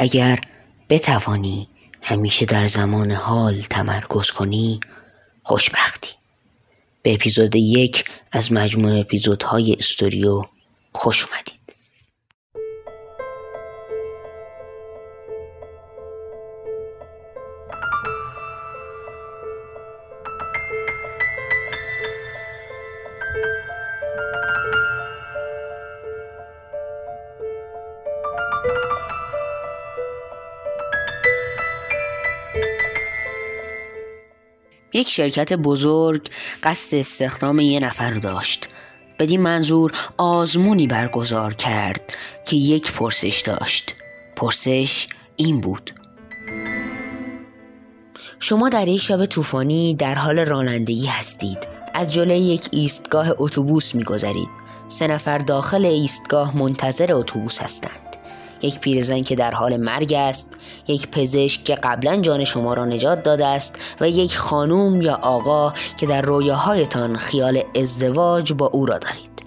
اگر بتوانی همیشه در زمان حال تمرکز کنی، خوشبختی. به اپیزود 1 از مجموعه اپیزودهای استوریو خوش اومدید. یک شرکت بزرگ قصد استخدام یه نفر داشت. بدین منظور آزمونی برگزار کرد که یک پرسش داشت. پرسش این بود: شما در یک شب طوفانی در حال رانندگی هستید. از جلوی یک ایستگاه اتوبوس می‌گذرید. 3 نفر داخل ایستگاه منتظر اتوبوس هستند. یک پیرزن که در حال مرگ است، یک پزشک که قبلا جان شما را نجات داده است و یک خانوم یا آقا که در رویاهایتان خیال ازدواج با او را دارید.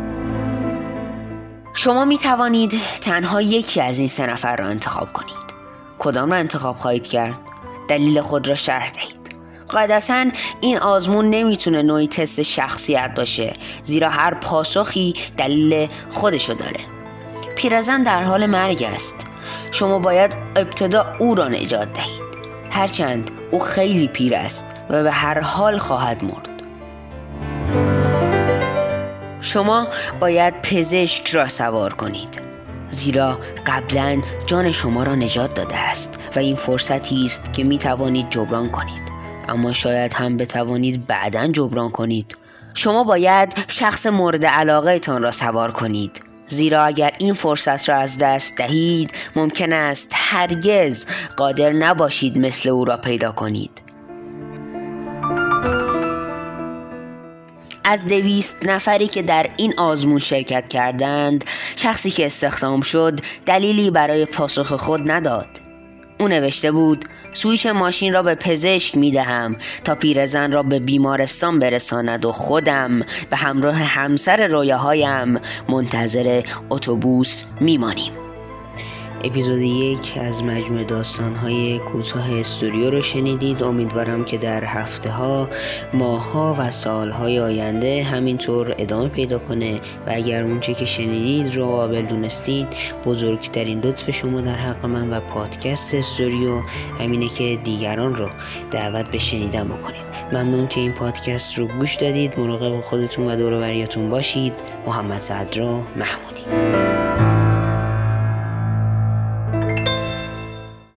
شما می توانید تنها یکی از این 3 نفر را انتخاب کنید. کدام را انتخاب خواهید کرد؟ دلیل خود را شرح دهید. قاعدتاً این آزمون نمیتونه نوعی تست شخصیت باشه، زیرا هر پاسخی دلیل خودشو داره. پیرزن در حال مرگ است. شما باید ابتدا او را نجات دهید، هرچند او خیلی پیر است و به هر حال خواهد مرد. شما باید پزشک را سوار کنید، زیرا قبلا جان شما را نجات داده است و این فرصتی است که می توانید جبران کنید، اما شاید هم بتوانید بعداً جبران کنید. شما باید شخص مورد علاقه تان را سوار کنید، زیرا اگر این فرصت را از دست دهید ممکن است هرگز قادر نباشید مثل او را پیدا کنید. از 200 نفری که در این آزمون شرکت کردند، شخصی که استخدام شد دلیلی برای پاسخ خود نداد. او نوشته بود: سویچ ماشین را به پزشک می دهم تا پیرزن را به بیمارستان برساند و خودم به همراه همسر رویاهایم منتظر اتوبوس می مانیم. اپیزود 1 از مجموعه داستان‌های کوتاه استوریو رو شنیدید. امیدوارم که در هفته‌ها، ماه‌ها و سال‌های آینده همینطور ادامه پیدا کنه و اگر اونچه که شنیدید رو قابل دونستید، بزرگترین لطف شما در حق من و پادکست استوریو همینه که دیگران رو دعوت به شنیدن بکنید. ممنون که این پادکست رو گوش دادید. مراقب خودتون و دور و بریاتون باشید. محمد صدرا محمودی.